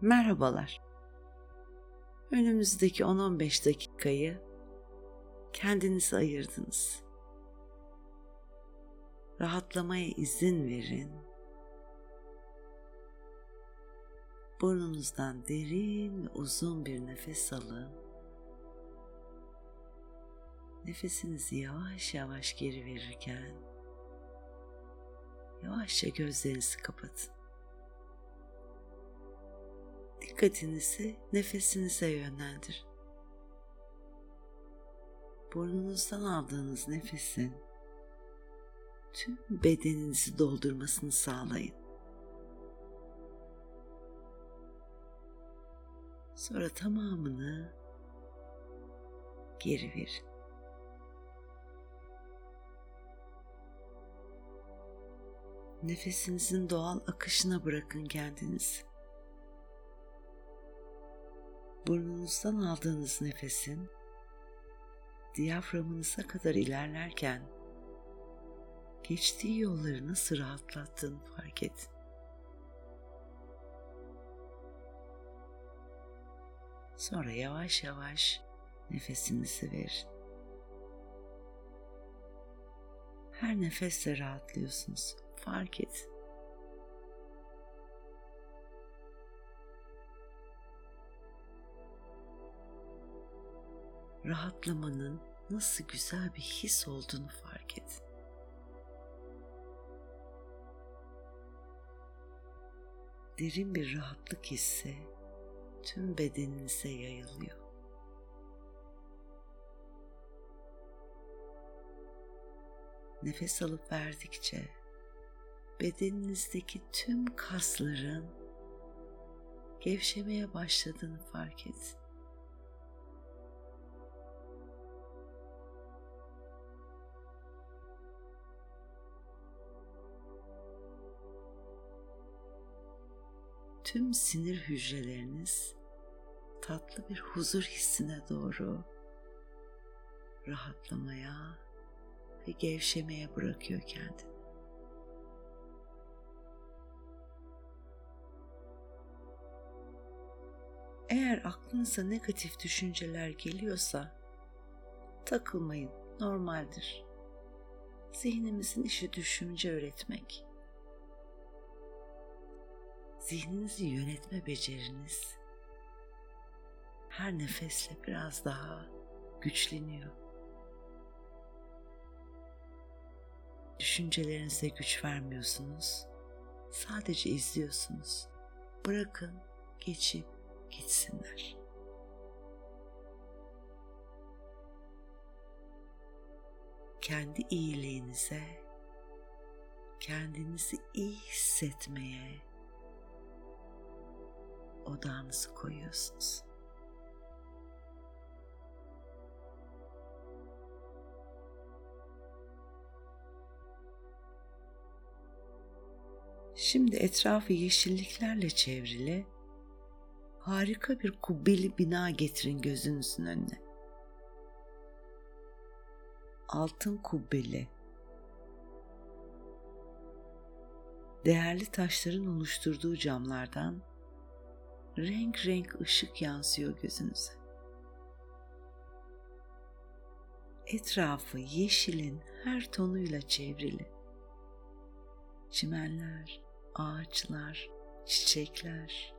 Merhabalar. Önümüzdeki 10-15 dakikayı kendinize ayırdınız. Rahatlamaya izin verin. Burnunuzdan derin ve uzun bir nefes alın. Nefesinizi yavaş yavaş geri verirken yavaşça gözlerinizi kapatın. Dikkatinizi nefesinize yönlendirin. Burnunuzdan aldığınız nefesin tüm bedeninizi doldurmasını sağlayın. Sonra tamamını geri verin. Nefesinizin doğal akışına bırakın kendinizi. Burnunuzdan aldığınız nefesin diyaframınıza kadar ilerlerken geçtiği yolları nasıl rahatlattığını fark edin. Sonra yavaş yavaş nefesinizi verin. Her nefesle rahatlıyorsunuz. Fark edin. Rahatlamanın nasıl güzel bir his olduğunu fark edin. Derin bir rahatlık hissi tüm bedeninize yayılıyor. Nefes alıp verdikçe bedeninizdeki tüm kasların gevşemeye başladığını fark edin. Tüm sinir hücreleriniz tatlı bir huzur hissine doğru rahatlamaya ve gevşemeye bırakıyor kendini. Eğer aklınıza negatif düşünceler geliyorsa takılmayın, normaldir. Zihnimizin işi düşünce üretmek. Zihninizi yönetme beceriniz her nefesle biraz daha güçleniyor. Düşüncelerinize güç vermiyorsunuz, sadece izliyorsunuz. Bırakın geçip gitsinler. Kendi iyiliğinize, kendinizi iyi hissetmeye odağınızı koyuyorsunuz. Şimdi etrafı yeşilliklerle çevrili harika bir kubbeli bina getirin gözünüzün önüne. Altın kubbeli, değerli taşların oluşturduğu camlardan renk renk ışık yansıyor gözünüze. Etrafı yeşilin her tonuyla çevrili. Çimenler, ağaçlar, çiçekler.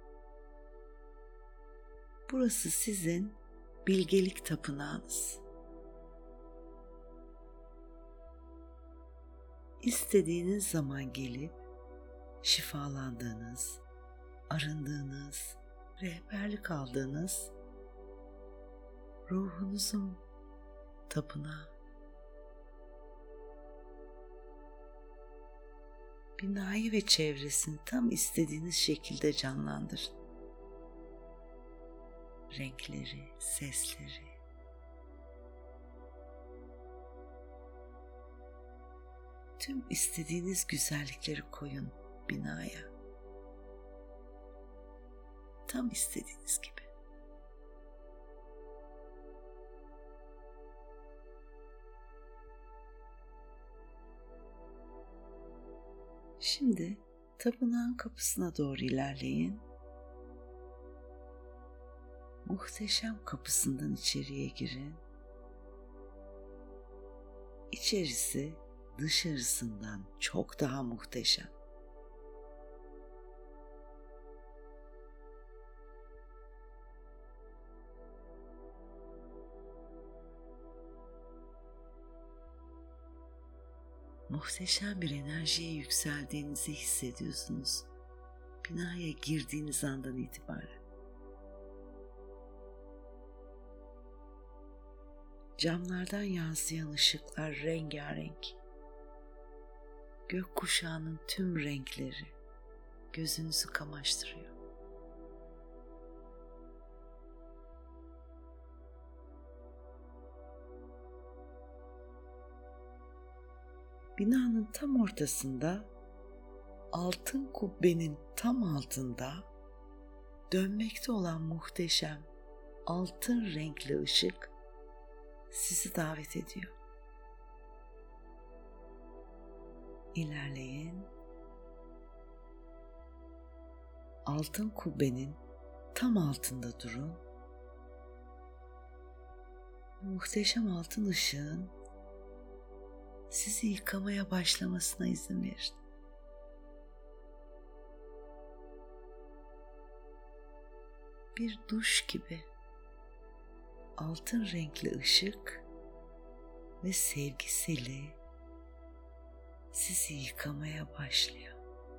Burası sizin bilgelik tapınağınız. İstediğiniz zaman gelip şifalandığınız, arındığınız, rehberlik aldığınız ruhunuzun tapınağı. Binayı ve çevresini tam istediğiniz şekilde canlandırın. Renkleri, sesleri. Tüm istediğiniz güzellikleri koyun binaya. Tam istediğiniz gibi. Şimdi tapınağın kapısına doğru ilerleyin muhteşem kapısından içeriye girin. İçerisi dışarısından çok daha muhteşem. Muhteşem bir enerjiye yükseldiğinizi hissediyorsunuz. Binaya girdiğiniz andan itibaren. Camlardan yansıyan ışıklar rengarenk. Gökkuşağının tüm renkleri gözünüzü kamaştırıyor. Binanın tam ortasında, altın kubbenin tam altında dönmekte olan muhteşem altın renkli ışık sizi davet ediyor. İlerleyin. Altın kubbenin tam altında durun. Muhteşem altın ışığın sizi yıkamaya başlamasına izin verin. Bir duş gibi altın renkli ışık ve sevgisiyle sizi yıkamaya başlıyor.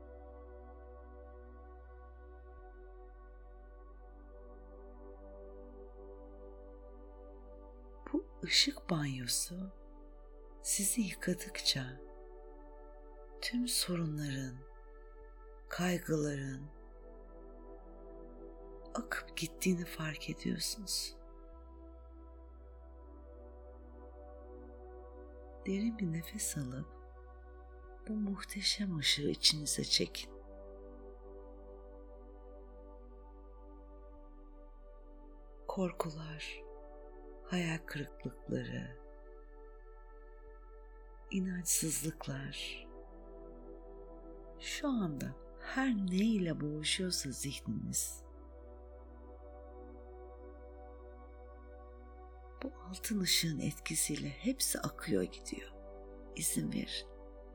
Bu ışık banyosu sizi yıkadıkça tüm sorunların, kaygıların akıp gittiğini fark ediyorsunuz. Derin bir nefes alıp bu muhteşem ışığı içinize çekin. Korkular, hayal kırıklıkları, inançsızlıklar, şu anda her ne ile boğuşuyorsa zihniniz, bu altın ışığın etkisiyle hepsi akıyor gidiyor. İzin verin.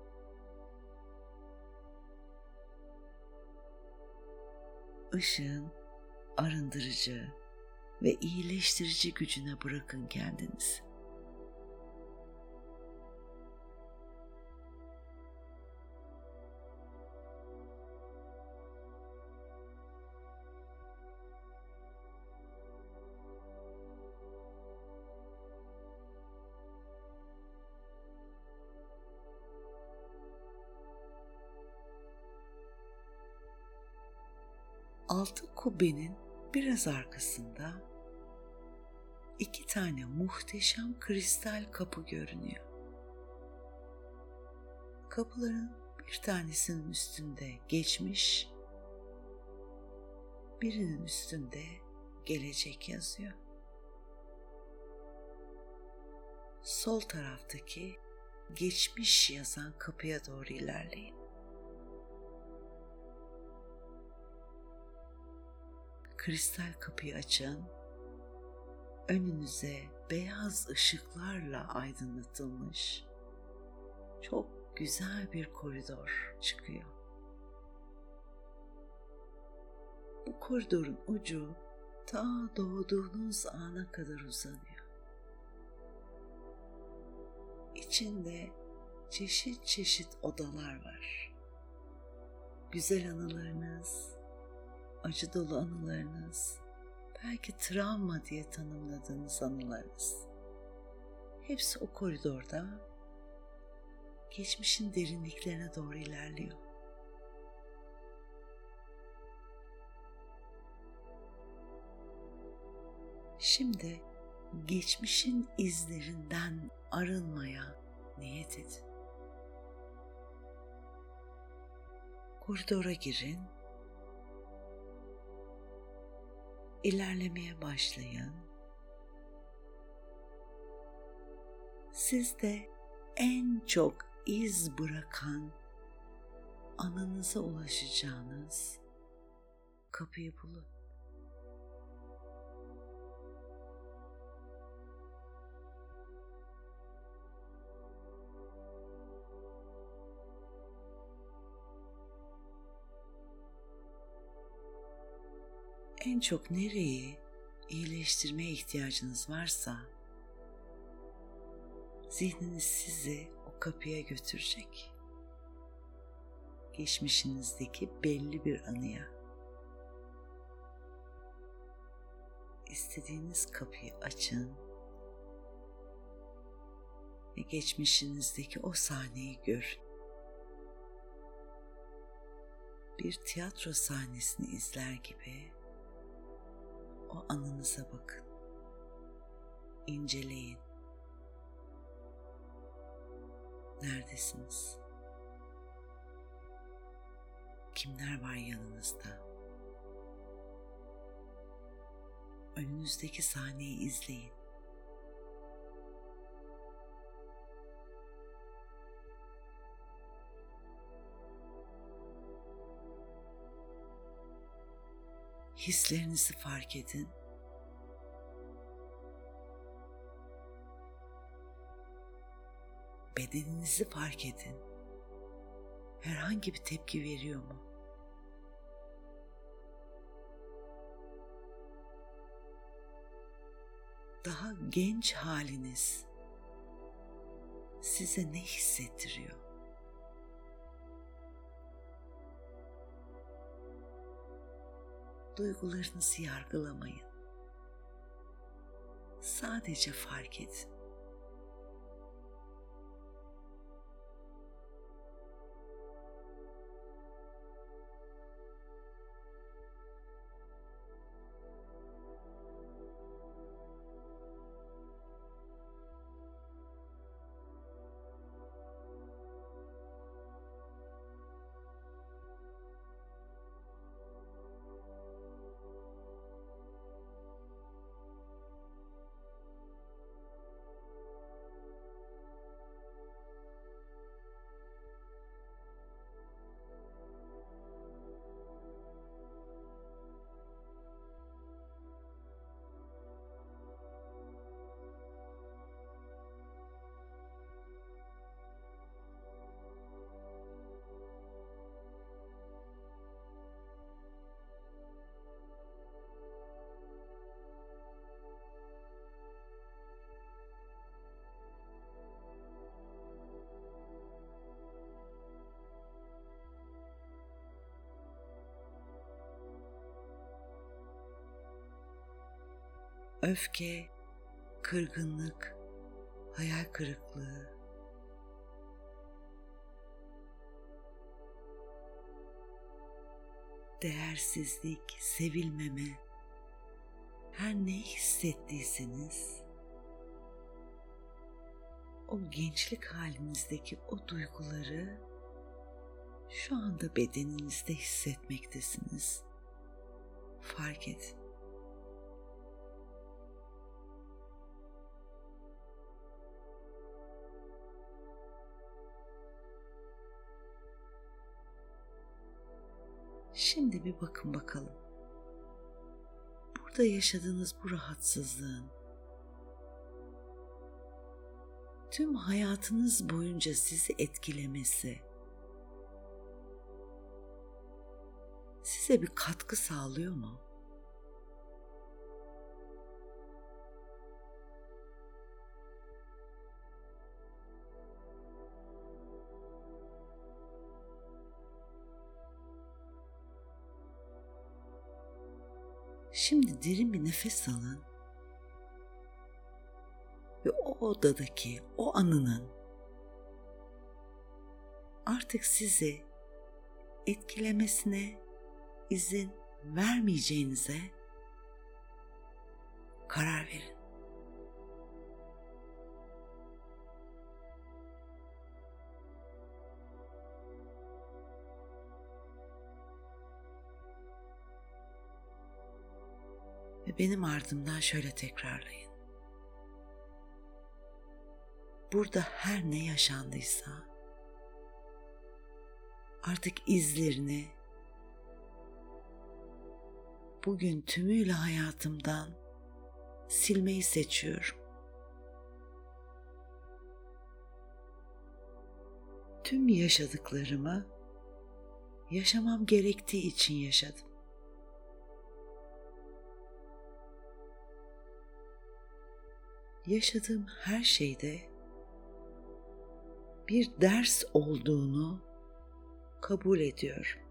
Işığın arındırıcı ve iyileştirici gücüne bırakın kendinizi. Altın kubbenin biraz arkasında 2 tane muhteşem kristal kapı görünüyor. Kapıların bir tanesinin üstünde geçmiş, birinin üstünde gelecek yazıyor. Sol taraftaki geçmiş yazan kapıya doğru ilerleyin. Kristal kapıyı açın. Önünüze beyaz ışıklarla aydınlatılmış çok güzel bir koridor çıkıyor. Bu koridorun ucu ta doğduğunuz ana kadar uzanıyor. İçinde çeşit çeşit odalar var. Güzel anılarınız, acı dolu anılarınız, belki travma diye tanımladığınız anılarınız. Hepsi o koridorda geçmişin derinliklerine doğru ilerliyor. Şimdi geçmişin izlerinden arınmaya niyet edin. Koridora girin. İlerlemeye başlayın. Sizde en çok iz bırakan, anınıza ulaşacağınız kapıyı bulun. en çok nereyi iyileştirmeye ihtiyacınız varsa zihniniz sizi o kapıya götürecek. Geçmişinizdeki belli bir anıya. İstediğiniz kapıyı açın ve geçmişinizdeki o sahneyi görün. Bir tiyatro sahnesini izler gibi o anınıza bakın. İnceleyin. Neredesiniz? Kimler var yanınızda? Önünüzdeki sahneyi izleyin. Hislerinizi fark edin. Bedeninizi fark edin. Herhangi bir tepki veriyor mu? Daha genç haliniz size ne hissettiriyor? Duygularınızı yargılamayın. Sadece fark edin. Öfke, kırgınlık, hayal kırıklığı, değersizlik, sevilmeme, her ne hissettiyseniz o gençlik halinizdeki o duyguları şu anda bedeninizde hissetmektesiniz. Fark edin. Şimdi bir bakın bakalım. Burada yaşadığınız bu rahatsızlığın tüm hayatınız boyunca sizi etkilemesi, size bir katkı sağlıyor mu? Şimdi derin bir nefes alın ve o odadaki o anının artık sizi etkilemesine izin vermeyeceğinize karar verin. Ve benim ardımdan şöyle tekrarlayın. Burada her ne yaşandıysa artık izlerini bugün tümüyle hayatımdan silmeyi seçiyorum. Tüm yaşadıklarımı yaşamam gerektiği için yaşadım. yaşadığım her şeyde bir ders olduğunu kabul ediyorum.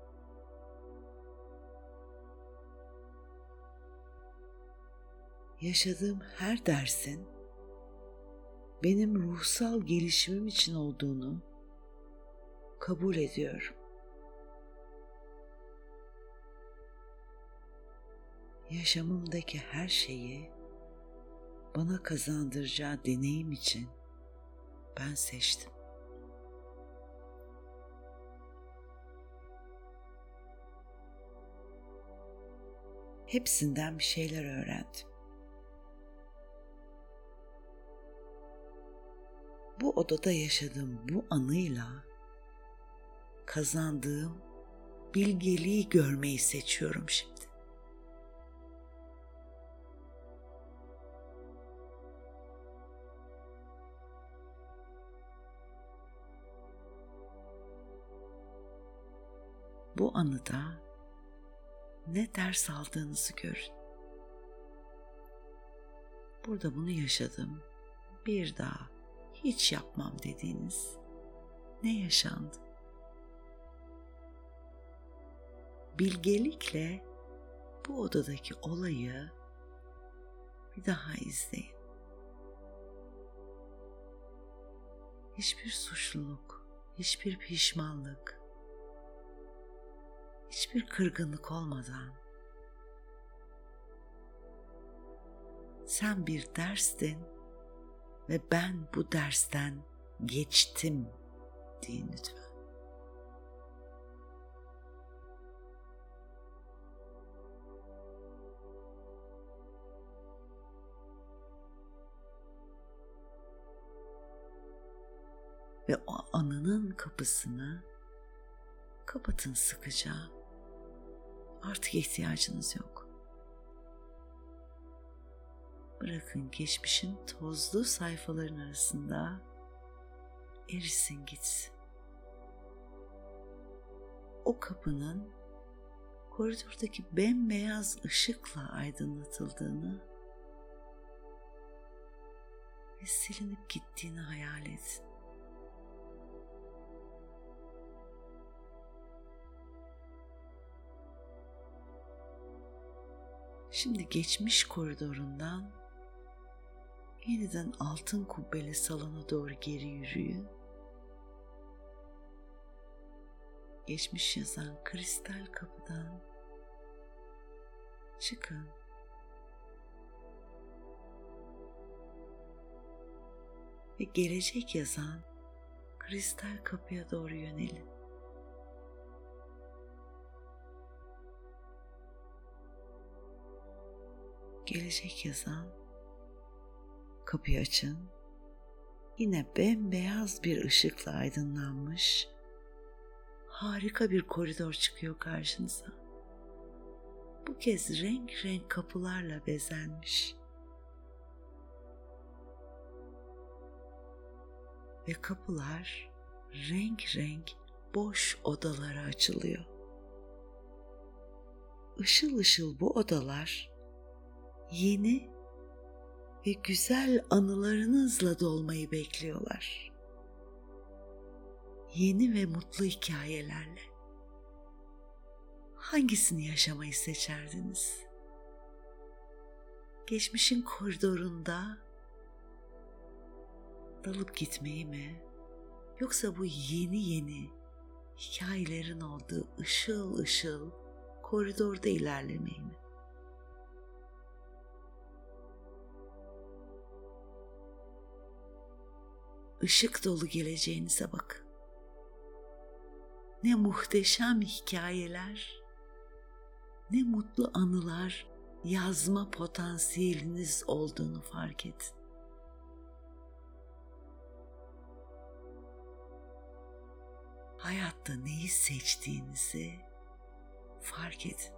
Yaşadığım her dersin benim ruhsal gelişimim için olduğunu kabul ediyorum. Yaşamımdaki her şeyi bana kazandıracağı deneyim için ben seçtim. Hepsinden bir şeyler öğrendim. Bu odada yaşadığım bu anıyla kazandığım bilgeliği görmeyi seçiyorum şimdi. Bu anıda ne ders aldığınızı görün. Burada bunu yaşadım, bir daha hiç yapmam dediğiniz ne yaşandı? Bilgelikle bu odadaki olayı bir daha izleyin. Hiçbir suçluluk, hiçbir pişmanlık, hiçbir kırgınlık olmadan sen bir derstin ve ben bu dersten geçtim deyin lütfen. Ve o anının kapısını kapatın sıkıca. Artık ihtiyacınız yok. Bırakın geçmişin tozlu sayfaların arasında erisin gitsin. O kapının koridordaki bembeyaz ışıkla aydınlatıldığını ve silinip gittiğini hayal edin. Şimdi geçmiş koridorundan yeniden altın kubbeli salona doğru geri yürüyün. Geçmiş yazan kristal kapıdan çıkın. Ve gelecek yazan kristal kapıya doğru yönelin. Gelecek yazan kapıyı açın. Yine bembeyaz bir ışıkla aydınlanmış harika bir koridor çıkıyor karşınıza. Bu kez renk renk kapılarla bezenmiş. Ve kapılar renk renk boş odalara açılıyor. Işıl ışıl bu odalar yeni ve güzel anılarınızla dolmayı bekliyorlar. Yeni ve mutlu hikayelerle. Hangisini yaşamayı seçerdiniz? Geçmişin koridorunda dalıp gitmeyi mi? Yoksa bu yeni hikayelerin olduğu ışıl ışıl koridorda ilerlemeyi mi? Işık dolu geleceğinize bakın. Ne muhteşem hikayeler, ne mutlu anılar yazma potansiyeliniz olduğunu fark edin. Hayatta neyi seçtiğinizi fark edin.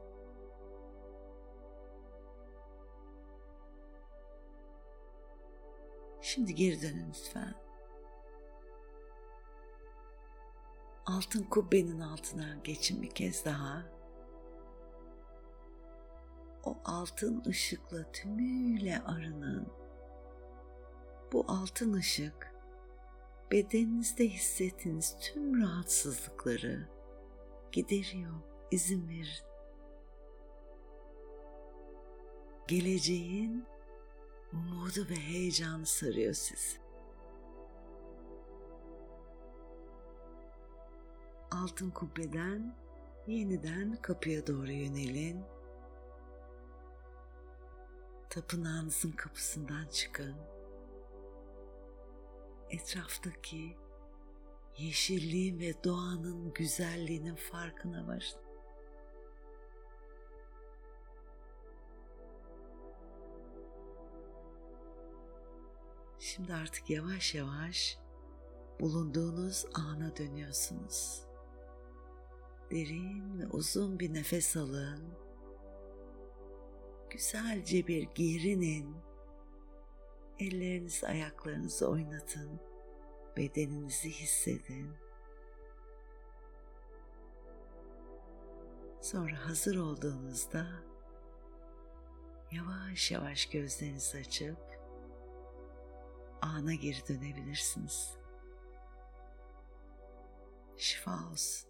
Şimdi geri dönün lütfen. Altın kubbenin altına geçin bir kez daha. O altın ışıkla tümüyle arının. Bu altın ışık bedeninizde hissettiğiniz tüm rahatsızlıkları gideriyor. İzin verin. Geleceğin umudu ve heyecanı sarıyor sizi. Altın kubbeden yeniden kapıya doğru yönelin. Tapınağınızın kapısından çıkın. Etraftaki yeşilliğin ve doğanın güzelliğinin farkına varın. Şimdi artık yavaş yavaş bulunduğunuz ana dönüyorsunuz. Derin ve uzun bir nefes alın. Güzelce bir gerinin. Ellerinizi, ayaklarınızı oynatın. Bedeninizi hissedin. Sonra hazır olduğunuzda yavaş yavaş gözlerinizi açıp ana geri dönebilirsiniz. Şifa olsun.